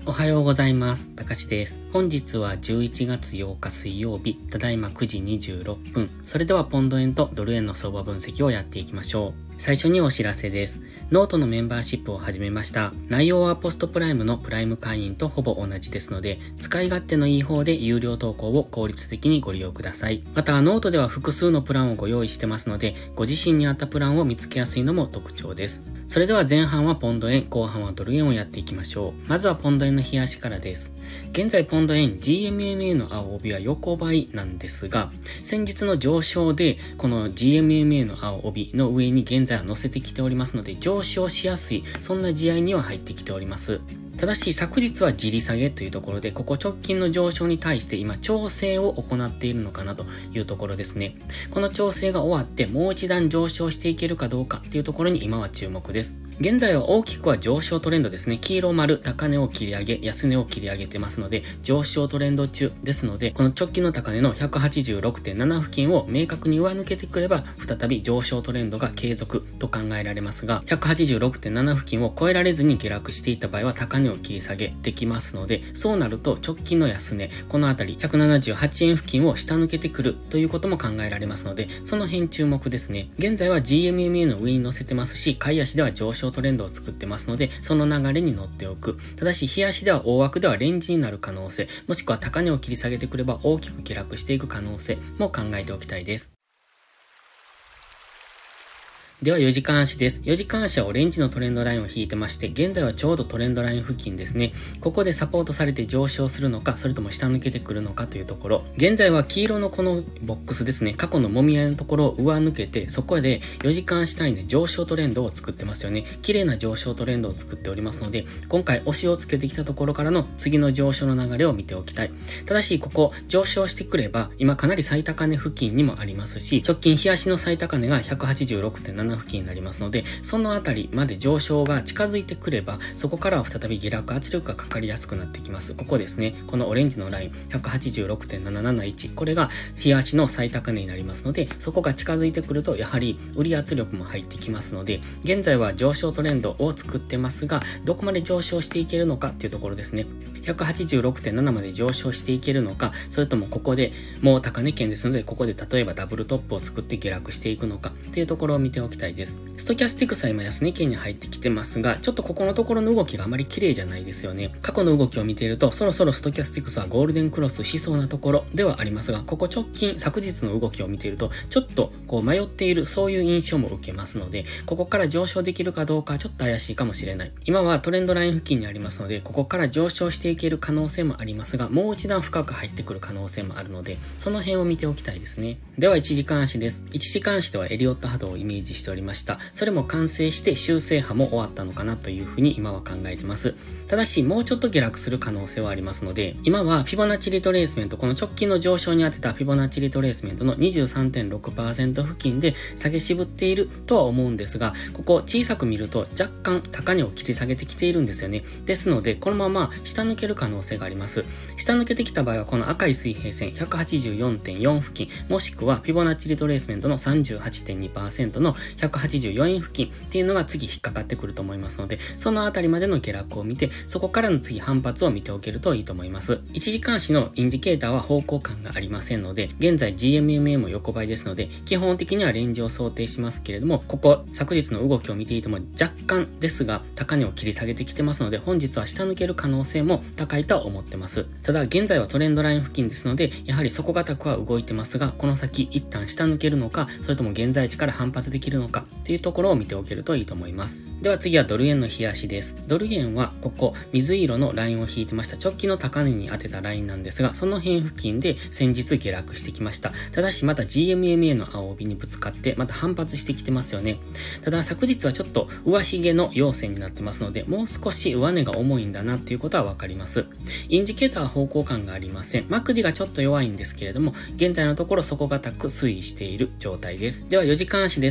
おはようございます。たかしです。本日は11月8日水曜日、ただいま9時26分。それではポンド円とドル円の相場分析をやっていきましょう。最初にお知らせです。ノートのメンバーシップを始めました。内容はポストプライムのプライム会員とほぼ同じですので、使い勝手のいい方で有料投稿を効率的にご利用ください。また、ノートでは複数のプランをご用意してますので、ご自身に合ったプランを見つけやすいのも特徴です。それでは前半はポンド円、後半はドル円をやっていきましょう。まずはポンド円の冷やしからです。現在ポンド円 GMMA の青帯は横ばいなんですが、先日の上昇でこの GMMA の青帯の上に現在は乗せてきておりますので、上昇しやすい、そんな試合には入ってきております。ただし昨日は地利下げというところで、ここ直近の上昇に対して今調整を行っているのかなというところですね。この調整が終わってもう一段上昇していけるかどうかっていうところに今は注目です。現在は大きくは上昇トレンドですね。黄色丸、高値を切り上げ、安値を切り上げてますので、上昇トレンド中ですので、この直近の高値の 186.7 付近を明確に上抜けてくれば、再び上昇トレンドが継続と考えられますが、186.7 付近を超えられずに下落していた場合は高値を切り下げできますので、そうなると直近の安値、このあたり178円付近を下抜けてくるということも考えられますので、その辺注目ですね。現在は GMMA の上に乗せてますし、買い足では上昇トレンドを作ってますので、その流れに乗っておく。ただし、日足では大枠ではレンジになる可能性、もしくは高値を切り下げてくれば大きく下落していく可能性も考えておきたいです。では4時間足です。4時間足はオレンジのトレンドラインを引いてまして、現在はちょうどトレンドライン付近ですね。ここでサポートされて上昇するのか、それとも下抜けてくるのかというところ。現在は黄色のこのボックスですね。過去のもみ合いのところを上抜けて、そこで4時間足単位で上昇トレンドを作ってますよね。綺麗な上昇トレンドを作っておりますので、今回押しをつけてきたところからの次の上昇の流れを見ておきたい。ただし、ここ上昇してくれば、今かなり最高値付近にもありますし、直近日足の最高値が 186.7 付近になりますので、そのあたりまで上昇が近づいてくれば、そこからは再び下落圧力がかかりやすくなってきます。ここですね。このオレンジのライン 186.771、これが日足の最高値になりますので、そこが近づいてくるとやはり売り圧力も入ってきますので、現在は上昇トレンドを作ってますが、どこまで上昇していけるのかっていうところですね。186.7 まで上昇していけるのか、それともここでもう高値圏ですので、ここで例えばダブルトップを作って下落していくのかっていうところを見ておきたいです。ストキャスティクスは今安値圏に入ってきてますが、ちょっとここのところの動きがあまり綺麗じゃないですよね。過去の動きを見ていると、そろそろストキャスティクスはゴールデンクロスしそうなところではありますが、ここ直近昨日の動きを見ていると、ちょっとこう迷っている、そういう印象も受けますので、ここから上昇できるかどうかちょっと怪しいかもしれない。今はトレンドライン付近にありますので、ここから上昇していける可能性もありますが、もう一段深く入ってくる可能性もあるので、その辺を見ておきたいですね。では1時間足です。1時間足ではエリオット波動をイメージしておりました。それも完成して修正波も終わったのかなというふうに今は考えてます。ただしもうちょっと下落する可能性はありますので、今はフィボナッチリトレースメント、この直近の上昇に当てたフィボナッチリトレースメントの 23.6% 付近で下げ渋っているとは思うんですが、ここ小さく見ると若干高値を切り下げてきているんですよね。ですのでこのまま下抜ける可能性があります。下抜けてきた場合はこの赤い水平線 184.4 付近、もしくはフィボナッチリトレースメントの 38.2% の184円付近っていうのが次引っかかってくると思いますので、そのあたりまでの下落を見て、そこからの次反発を見ておけるといいと思います。1時間足のインジケーターは方向感がありませんので、現在 GMMA も横ばいですので、基本的にはレンジを想定しますけれども、ここ昨日の動きを見ていても若干ですが高値を切り下げてきてますので、本日は下抜ける可能性も高いとは思ってます。ただ現在はトレンドライン付近ですので、やはり底堅くは動いてますが、この先一旦下抜けるのか、それとも現在地から反発できるのかっていうところを見ておけるといいと思います。では次はドル円の日足です。ドル円はここ水色のラインを引いてました。直近の高値に当てたラインなんですが、その辺付近で先日下落してきました。ただしまた GMMA の青帯にぶつかってまた反発してきてますよね。ただ昨日はちょっと上髭の陽線になってますので、もう少し上値が重いんだなっていうことはわかります。インジケーターは方向感がありません。マクディがちょっと弱いんですけれども、現在のところ底堅く推移している状態です。では4時間足です。4時間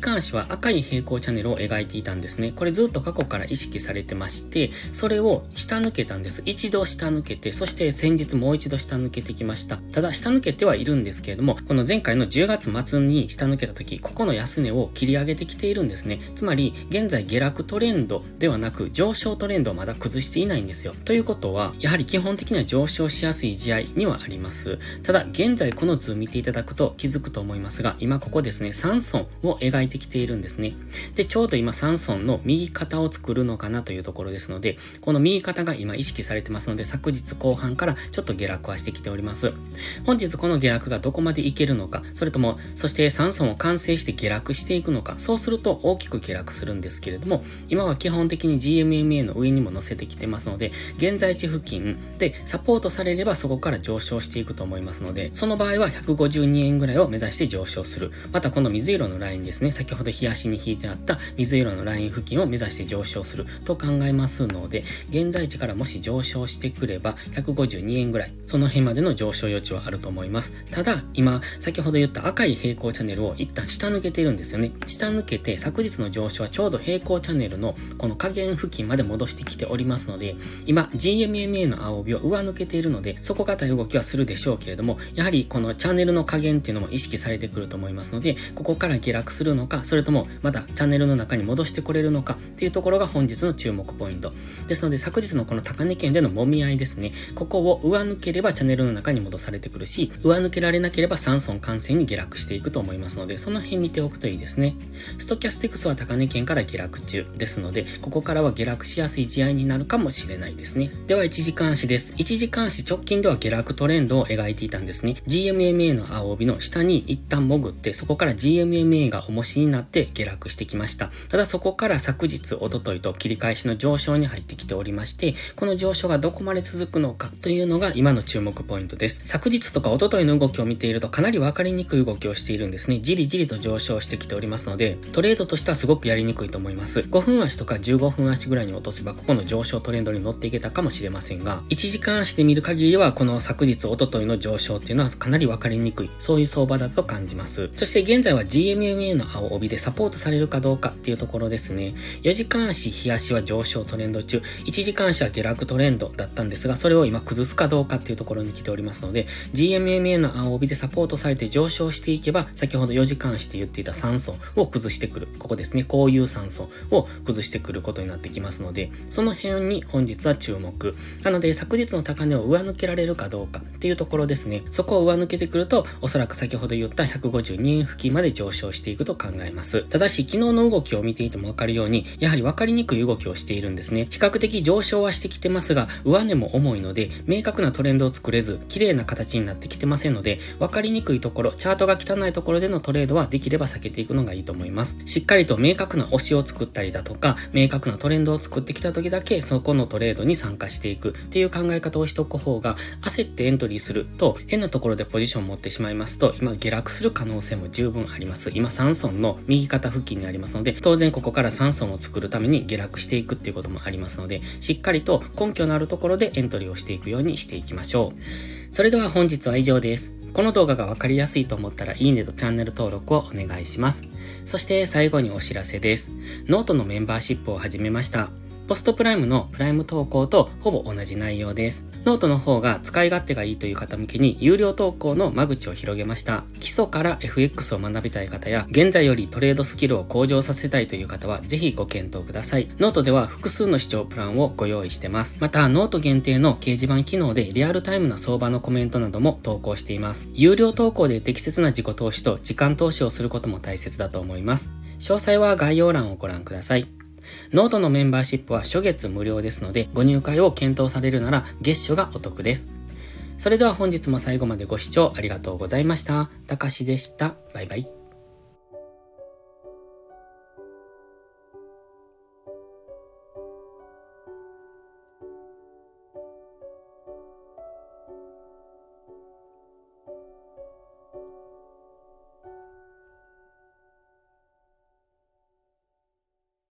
間足は赤い平行チャンネルを描いていたんですね。これずっと過去から意識されてまして、それを下抜けたんです。一度下抜けて、そして先日もう一度下抜けてきました。ただ下抜けてはいるんですけれども、この前回の10月末に下抜けた時、ここの安値を切り上げてきているんですね。つまり、現在下落トレンドではなく上昇トレンドをまだ崩していないんですよ。ということは、やはり基本的には上昇しやすい試合にはあります。ただ、現在この図見ていただくと気づくと思いますが、今ここですね、3損を描いてきているんですね。で、ちょうど今3損の右肩を作るのかなというところですので、この右肩が今意識されてますので、昨日後半からちょっと下落はしてきております。本日この下落がどこまでいけるのか、それとも、そして3損を完成して下落していくのか、そうすると大きく下落するんですけれども、今は基本的に GMMA の上にも乗せてきてますので、現在地付近でサポートされればそこから上昇していくと思いますので、その場合は152円ぐらいを目指して上昇する。またこの水色のラインですね、先ほど日足に引いてあった水色のライン付近を目指して上昇すると考えますので、現在地からもし上昇してくれば152円ぐらい、その辺までの上昇余地はあると思います。ただ、今、先ほど言った赤い平行チャンネルを一旦下抜けているんですよね。下抜けて昨日の上昇はちょうど平行チャンネルのこの下限付近まで戻してきておりますので、今 GMMA の青帯を上抜けているので、底堅い動きはするでしょうけれども、やはりこのチャンネルの下限っていうのも意識されてくると思いますので、ここから下落するのか、それともまだチャンネルの中に戻してこれるのかっていうところが本日の注目ポイント。ですので昨日のこの高値圏での揉み合いですね、ここを上抜ければチャンネルの中に戻されてくるし、上抜けられなければ3損完成に下落していくと思いますので、その辺見ておくといいですね。ストキャスティクスは高値圏から下落中ですので、ここからは下落しやすい試合になるかもしれないですね。では1時間足です。1時間足直近では下落トレンドを描いていたんですね。GMMA の青帯の下に一旦潜って、そこから GMMA が重しになって下落してきました。ただそこから昨日、一昨日と切り返しの上昇に入ってきておりまして、この上昇がどこまで続くのかというのが今の注目ポイントです。昨日とか一昨日の動きを見ているとかなり分かりにくい動きをしているんですね。じりじりと上昇してきておりますので、トレードとしてはすごくやりにくいと思います。5分足とか15分足ぐらいに落とせば、ここの上昇トレンドに乗っていけたかもしれませんが、1時間足で見る限りは、この昨日、一昨日の上昇っていうのはかなり分かりにくい、そういう相場だと感じます。そして現在は GMMA の青帯でサポートされるかどうかっていうところですね。4時間足、日足は上昇トレンド中、1時間足は下落トレンドだったんですが、それを今崩すかどうかっていうところに来ておりますので、GMMA の青帯でサポートされて上昇していけば、先ほど4時間足で言っていた3損を崩してくる。ここですね。こういう3損を崩してくることになってきますので、その辺に本日は注目。なので、昨日の高値を上抜けられるかどうかっていうところですね。そこを上抜けてくると、おそらく先ほど言った152円付近まで上昇していくと考えます。ただし、昨日の動きを見ていてもわかるように、やはりわかりにくい動きをしているんですね。比較的上昇はしてきてますが、上値も重いので、明確なトレンドを作れず、綺麗な形になってきてませんので、わかりにくいところ、チャートが汚いところでのトレードはできれば避けていくのがいいと思います。しっかりと明確な押しを作ったりだとか、明確なトレンドを作ってきた時だけ、そこのトレードに参加していくっていう考え方をしておく方が、焦ってエントリーすると、変なところでポジションを持ってしまいますと、今下落する可能性も十分あります。今3損の右肩付近にありますので、当然ここから3損を作るために下落していくっていうこともありますので、しっかりと根拠のあるところでエントリーをしていくようにしていきましょう。それでは本日は以上です。この動画がわかりやすいと思ったらいいねとチャンネル登録をお願いします。そして最後にお知らせです。ノートのメンバーシップを始めました。ポストプライムのプライム投稿とほぼ同じ内容です。ノートの方が使い勝手がいいという方向けに有料投稿の間口を広げました。基礎から FX を学びたい方や現在よりトレードスキルを向上させたいという方はぜひご検討ください。ノートでは複数の視聴プランをご用意してます。またノート限定の掲示板機能でリアルタイムな相場のコメントなども投稿しています。有料投稿で適切な自己投資と時間投資をすることも大切だと思います。詳細は概要欄をご覧ください。ノートのメンバーシップは初月無料ですので、ご入会を検討されるなら月初がお得です。それでは本日も最後までご視聴ありがとうございました。たかしでした。バイバイ。